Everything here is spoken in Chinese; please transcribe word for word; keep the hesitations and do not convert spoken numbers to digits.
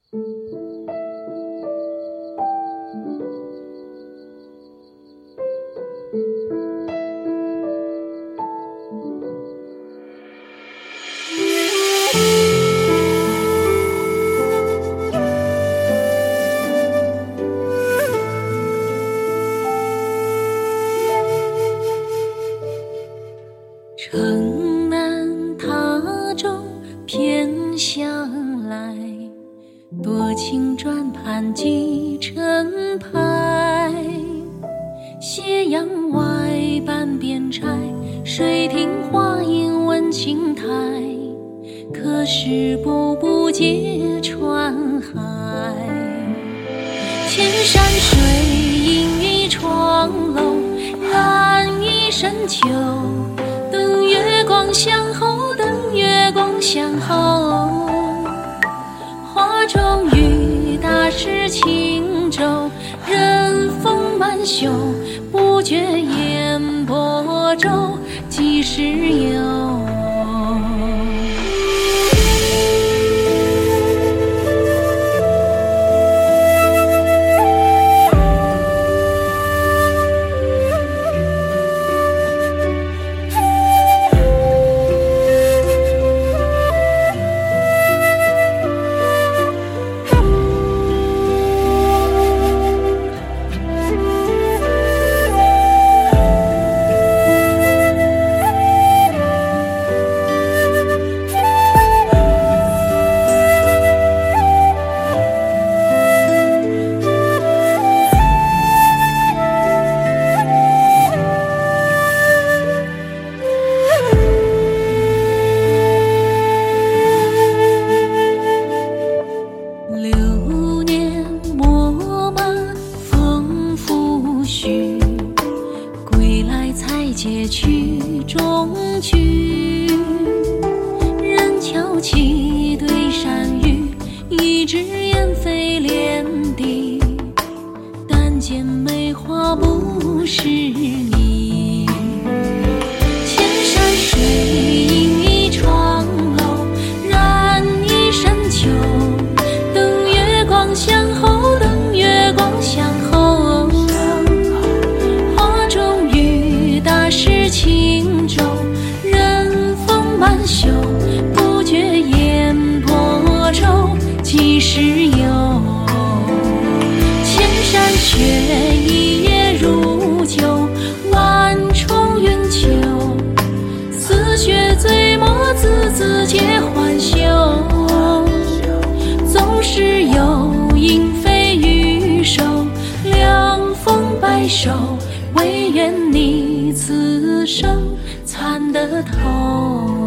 城南塔中偏向来，多情转盘几成牌。斜阳外半边柴，水听花影问青苔。可是步步皆穿海，千山水映一窗楼，染一身秋。等月光向后，等月光向后，花中雨打湿轻舟，任风满袖，不觉烟波皱，几时有？街曲中句，人敲起对山雨，一只燕飞连地，但见梅花不是你。千山水映一窗楼，染一身秋。等月光向后，等月光向后，花中雨打湿轻舟，任风满袖，不觉烟波皱，几时有？千山雪一夜如酒，万重云秋。似雪醉墨，字字皆还休。纵使有莺飞玉手，凉风白首，唯愿你此生参得透。